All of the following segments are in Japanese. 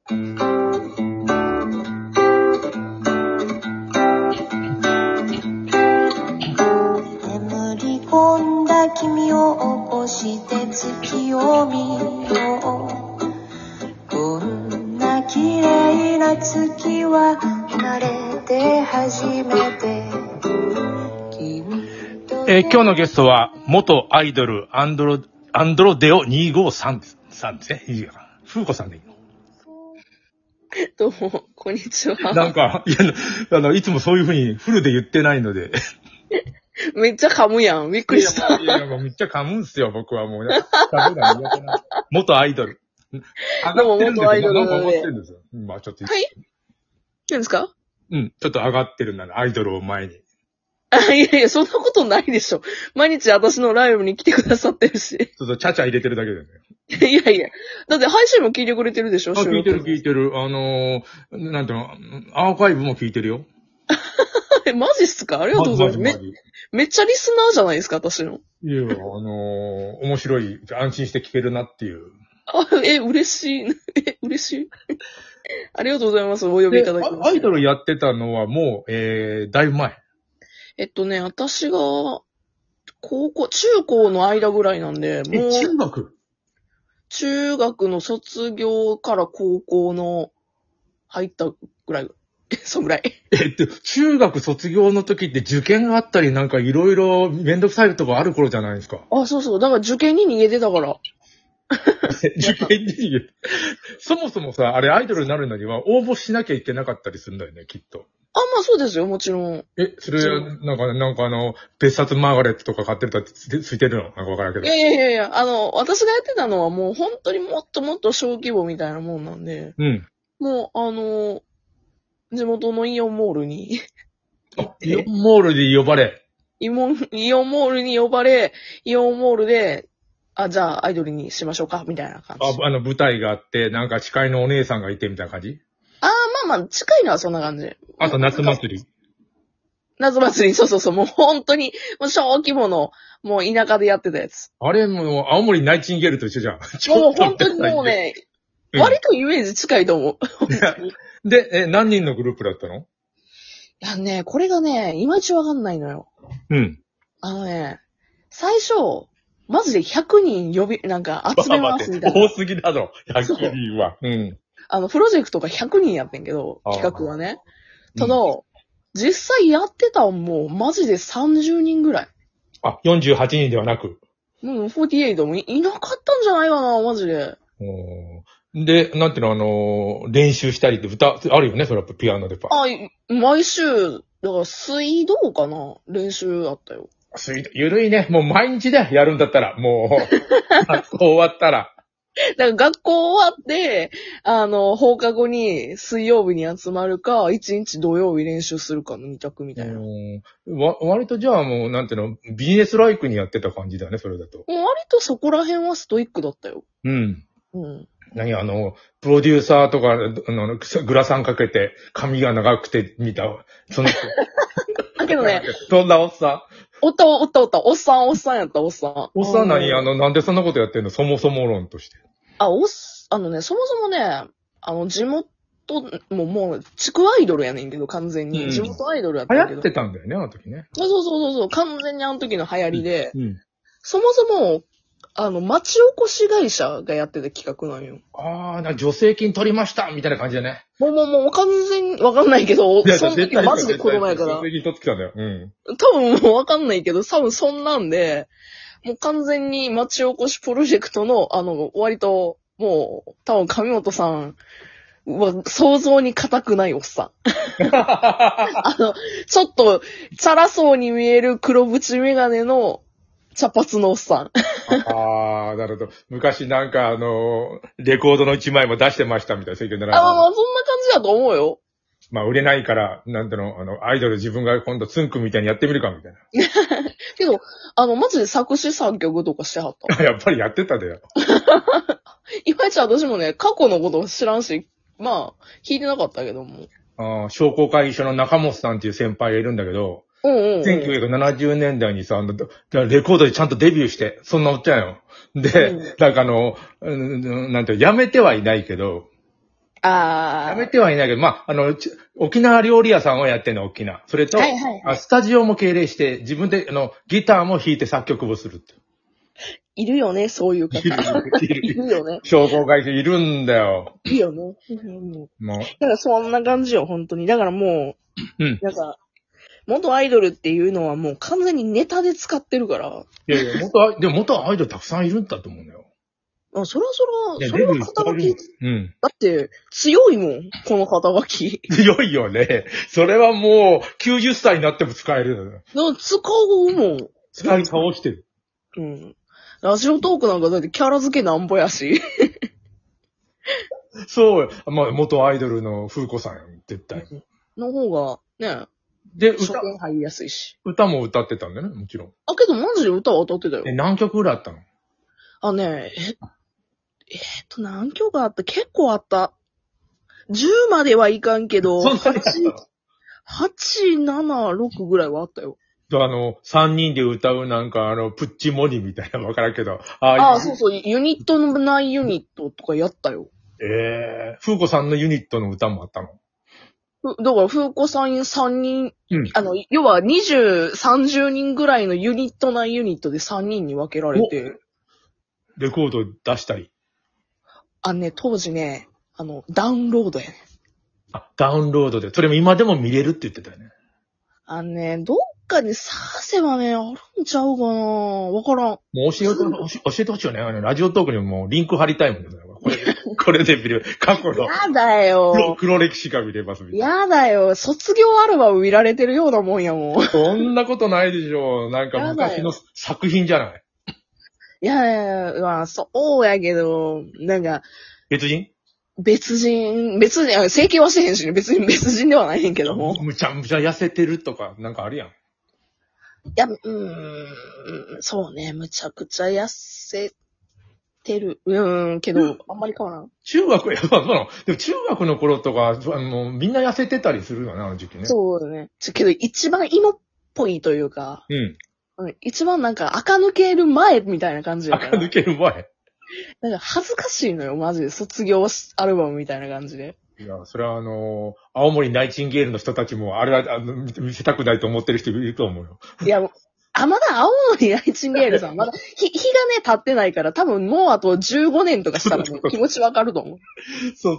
り込んだ君を起こして月を見よう。こんな綺麗な月は生まれて初めて。 今日のゲストは元アイドルアンドロデオ253さんですね。いいかな。風子さんでいいの？ どうも、こんにちは。 なんか、いつもそういう風にフルで言ってないので。 めっちゃ噛むやん。びっくりした。 いや、もうめっちゃ噛むんすよ、僕はもう。噛むが苦手な。元アイドル。上がってるんですよ。 元アイドルなんか上がってるんですよ。まあちょっと。 はい？何ですか？ うん、ちょっと上がってるんだね、アイドルを前に。 いやいや、そんなことないでしょ。毎日私のライブに来てくださってるし。 ちょっとちゃちゃ入れてるだけだよね。 いやいや。だって配信も聞いてくれてるでしょ？ 聞いてる。なんていうの、アーカイブも聞いてるよ。 マジっすか？ありがとうございます。めっちゃリスナーじゃないですか、私の。 いや、面白い、安心して聞けるなっていう。 嬉しい。嬉しい。ありがとうございます。お呼びいただきまして。 アイドルやってたのはもう、だいぶ前。 私が、中高の間ぐらいなんで、もう。中学の卒業から高校の入ったぐらい。そんぐらい。 中学卒業の時って受験があったりなんかいろいろめんどくさいとこある頃じゃないですか。 あ、そうそう。だから受験に逃げてたから。 受験に逃げて。そもそもさ、あれアイドルになるのには応募しなきゃいけなかったりするんだよね、きっと。 あ、まあそうですよ、もちろん。 それ、なんか別冊マーガレットとか買ってたってついてるのなんかわからんけど。 いや、私がやってたのはもう本当にもっともっと小規模みたいなもんなんで。 うん。 もう地元のイオンモールにイオンモールで呼ばれ。 イオンモールに呼ばれ、イオンモールで、じゃあアイドルにしましょうか、みたいな感じ。 舞台があって、なんか司会のお姉さんがいてみたいな感じ？ まあ、近いのはそんな感じ。 あと夏祭り。 夏祭り、そう、もう本当に、もう小規模の、もう田舎でやってたやつ。 あれもう、青森ナイチンゲールと一緒じゃん。 もう本当にもうね、割とイメージ近いと思う。 で、何人のグループだったの？ いやね、これがね、いまいちわかんないのよ。 うん。 最初、マジで100人なんか集めますみたいな。 多すぎだぞ、100人は。うん。 プロジェクトが100人やってんけど、企画はね。ただ、実際やってたんもうマジで30人ぐらい。 48人ではなく。 48もいなかったんじゃないかな、マジで。 で、なんていうの、練習したりって歌、あるよね、それやっぱピアノで毎週、だから水道かな、練習あったよ。 ゆるいね。もう毎日だよ、やるんだったら。もう、学校終わったら。 だから学校終わって、放課後に水曜日に集まるか、1日土曜日練習するかの2択みたいな。 割とじゃあもう、なんていうの、ビジネスライクにやってた感じだよね、それだと。 割とそこら辺はストイックだったよ。 うん。プロデューサーとか、グラサンかけて、髪が長くて見た、その人。 だけどね。 そんなおっさん。 おった。おっさんやった、おっさん。 おっさんなんでそんなことやってんの？そもそも論として。 そもそもね、地元、もう、地区アイドルやねんけど、完全に。地元アイドルやったけど。 流行ってたんだよね、あの時ね。 そう、完全にあの時の流行りで。そもそも、町おこし会社がやってた企画なんよ。 助成金取りましたみたいな感じだね。 もう完全にわかんないけど、その時マジで子供やから。 助成金取ってきたんだよ。 多分もうわかんないけど、多分そんなんで、もう完全に町おこしプロジェクトの、割と、もう、多分上本さんは想像に固くないおっさん。ちょっと、チャラそうに見える黒縁メガネの茶髪のおっさん。 なるほど。昔なんかレコードの1枚も出してましたみたいな、そういうそんな感じだと思うよ。 売れないから、なんていうの、アイドル自分が今度ツンクみたいにやってみるかみたいな。 けど、マジで作詞作曲とかしてはった。 やっぱりやってたでよ。 いまいち私もね、過去のこと知らんし、弾いてなかったけども。 商工会議所の中本さんっていう先輩がいるんだけど、1970年代にさ、レコードでちゃんとデビューして、そんなおっちゃんよ。で、なんかなんてやめてはいないけど、 あやめてはいないけど、沖縄料理屋さんをやってんの、沖縄。それと、 はいはいはいスタジオも経営して、自分で、ギターも弾いて作曲をするって。 いるよね、そういう方。いるよね。 商工会社いるんだよ。 いるよね。もう。だからそんな感じよ、本当に。だからもう、なんか、元アイドルっていうのはもう完全にネタで使ってるから。 いやいや、元アイドルたくさんいるんだと思うんだよ。 それは肩書き。 うん。 だって、強いもん、この肩書き。 強いよね。それはもう、90歳になっても使える。 使うもん。 使い倒してる。 うん。ラジオトークなんかだってキャラ付けなんぼやし。 そう。元アイドルの風子さんやん、絶対。 の方が、ね。 で、 初見入りやすいし。 歌も歌ってたんだよね、もちろん。 けどマジで歌は歌ってたよ。 何曲ぐらいあったの？ 何曲あった？結構あった。10まではいかんけど、8、7、6ぐらいはあったよ。 3人で歌うプッチモニみたいなのわからんけど。 そうそう、ユニットのないユニットとかやったよ。 風子さんのユニットの歌もあったの？ だから、風子さん3人、要は20、30人ぐらいのユニットないユニットで3人に分けられて。 レコード出したり。 当時ね、ダウンロードやね。 ダウンロードで。それも今でも見れるって言ってたよね。 どっかに探せばね、あるんちゃうかな？わからん。 もう教えてほしいよね。ラジオトークにもリンク貼りたいもんね。これで見る。過去の。 やだよ。 黒歴史が見れますみたいな。 やだよ。卒業アルバム見られてるようなもんやもん。 そんなことないでしょ。昔の作品じゃない。 いや、そうやけど、 別人、 整形はしてへんしね。別に別人ではないねんけども。 むちゃむちゃ痩せてるとか、あるやん。 いや、そうね。むちゃくちゃ痩せてる。けど、あんまり変わらん。 でも中学の頃とか、みんな痩せてたりするよね、あの時期ね。 そうだね。けど、一番芋っぽいというか、一番垢抜ける前みたいな感じやから。 垢抜ける前。 恥ずかしいのよ、マジで。卒業アルバムみたいな感じで。 いや、それは青森ナイチンゲールの人たちも、あれは、見せたくないと思ってる人いると思うよ。 いや、まだ青森ナイチンゲールさん、まだ、日がね、経ってないから、多分もうあと15年とかしたらね、気持ちわかると思う。 そう。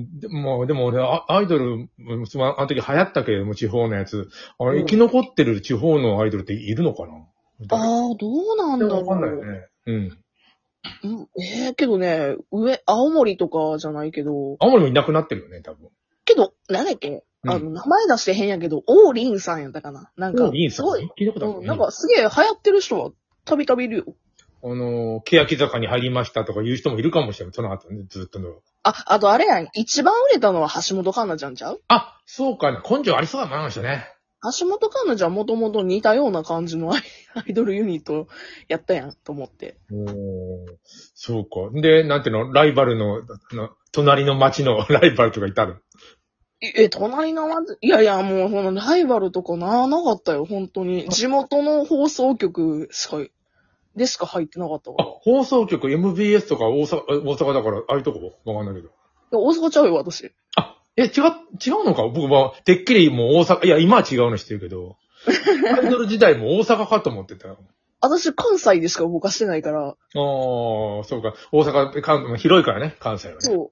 でも俺、アイドル、あの時流行ったけれども、地方のやつ。生き残ってる地方のアイドルっているのかな？ どうなんだろう。 わかんないよね。 けどね、青森とかじゃないけど。 青森もいなくなってるよね、多分。 けど、なんだっけ？名前出してへんやけど、王林さんやったかな？ すごい。聞いたことある。 すげえ流行ってる人は、たびたびいるよ。 欅坂に入りましたとか言う人もいるかもしれない。その後ね、ずっとの。 あとあれやん。一番売れたのは橋本環奈ちゃんちゃう？ そうかね。根性ありそうだな、あの人ね。 橋本環奈ちゃんもともと似たような感じのアイドルユニットやったやん、と思って。 そうか。で、なんていうの、ライバルの、隣の町のライバルとかいたの？ 隣の町、いや、もう、ライバルとかなかったよ、本当に。地元の放送局しか入ってなかったから。 放送局、MBS とか大阪だから、ああいうとこわかんないけど。 大阪ちゃうよ、私。 違うのか僕は、てっきりもう大阪、いや、今は違うの知ってるけど、アイドル時代も大阪かと思ってたよ。 私、関西でしか動かしてないから。 そうか。大阪、広いからね、関西はね。 そう。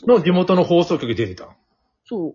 の地元の放送局出てた。 そう。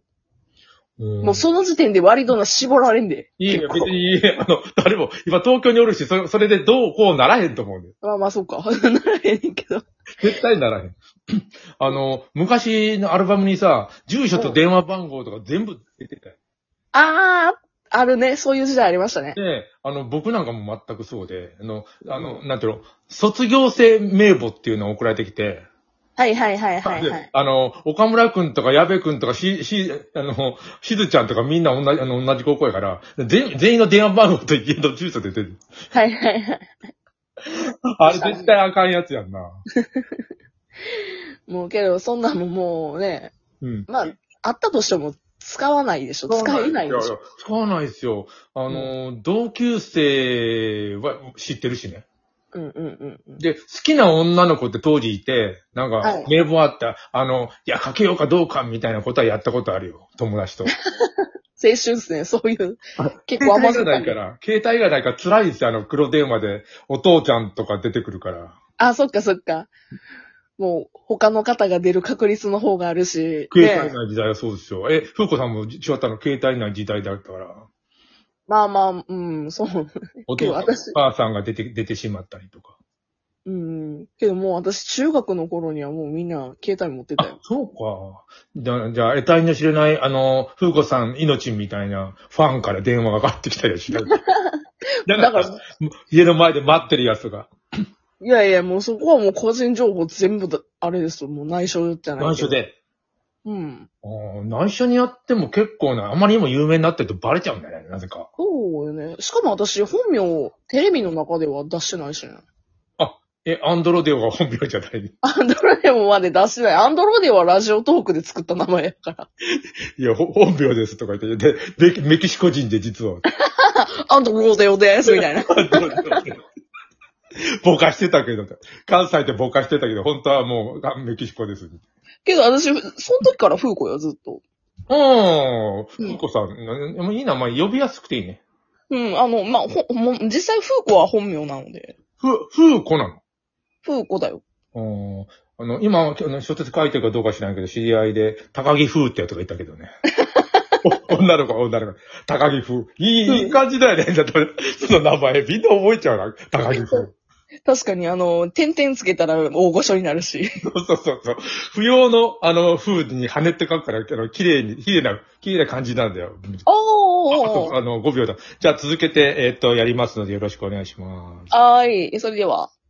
もうその時点で割と絞られんで。 別に、誰も、今東京におるし、それでどうこうならへんと思うんで。 そうか。ならへんねんけど。 絶対ならへん。昔のアルバムにさ、住所と電話番号とか全部出てたよ。 あるね。そういう時代ありましたね。 で、僕なんかも全くそうで、なんていうの、卒業生名簿っていうのを送られてきて、 はい。 岡村くんとか矢部くんとかしずちゃんとかみんな同じ高校やから、全員の電話番号と家の住所出てる。 はい。 あれ絶対あかんやつやんな。 もうけど、そんなもんもうね、あったとしても使わないでしょ。使えないでしょ。 使わないですよ。同級生は知ってるしね。 うんうんうん。 で、好きな女の子って当時いて、なんか、名簿あった、いや、かけようかどうかみたいなことはやったことあるよ。友達と。 青春っすね、そういう。結構携帯甘酸っぱい。 がないから、携帯がないから辛いですよ、黒電話で。お父ちゃんとか出てくるから。 あ、そっかそっか。もう、他の方が出る確率の方があるし。 携帯ない時代はそうですよ。風子さんも違ったの携帯ない時代だったから。 まあまあ、うん、そう。 お父さん、お母さんが出てしまったりとか。 うん。けどもう私、中学の頃にはもうみんな携帯持ってたよ。 そうか。じゃあ、得体の知れない、風子さん命みたいなファンから電話がかかってきたりはしない。だから、家の前で待ってるやつが。 いやいや、もうそこはもう個人情報全部だ、あれですよ。もう内緒じゃない。 内緒で。 うん。 内緒にやっても結構な、あまりにも有名になってるとバレちゃうんだよね、なぜか。 そうよね。しかも私、本名、テレビの中では出してないしね。 アンドロデオが本名じゃない。 アンドロデオまで出してない。アンドロデオはラジオトークで作った名前やから。 いや、本名ですとか言って、で、メキシコ人で実は。 アンドロデオです、みたいな。 ぼかしてたけど、関西でぼかしてたけど、本当はもうメキシコです。 けど私、その時からフーコよ、ずっと。 フーコさん、いい名前、呼びやすくていいね。 うん、まあ、実際フーコは本名なので。 フーコなの？ フーコだよ。 今、小説書いてるかどうか知らないけど、知り合いで、高木風ってやつがいたけどね。女の子。高木風。いい感じだよね。だってその名前、みんな覚えちゃうな。高木風。 確かに、点々つけたら大御所になるし。 そう。不要の、風に跳ねって書くから、綺麗な感じなんだよ。5秒だ。じゃあ続けて、やりますのでよろしくお願いします。 はい。それでは。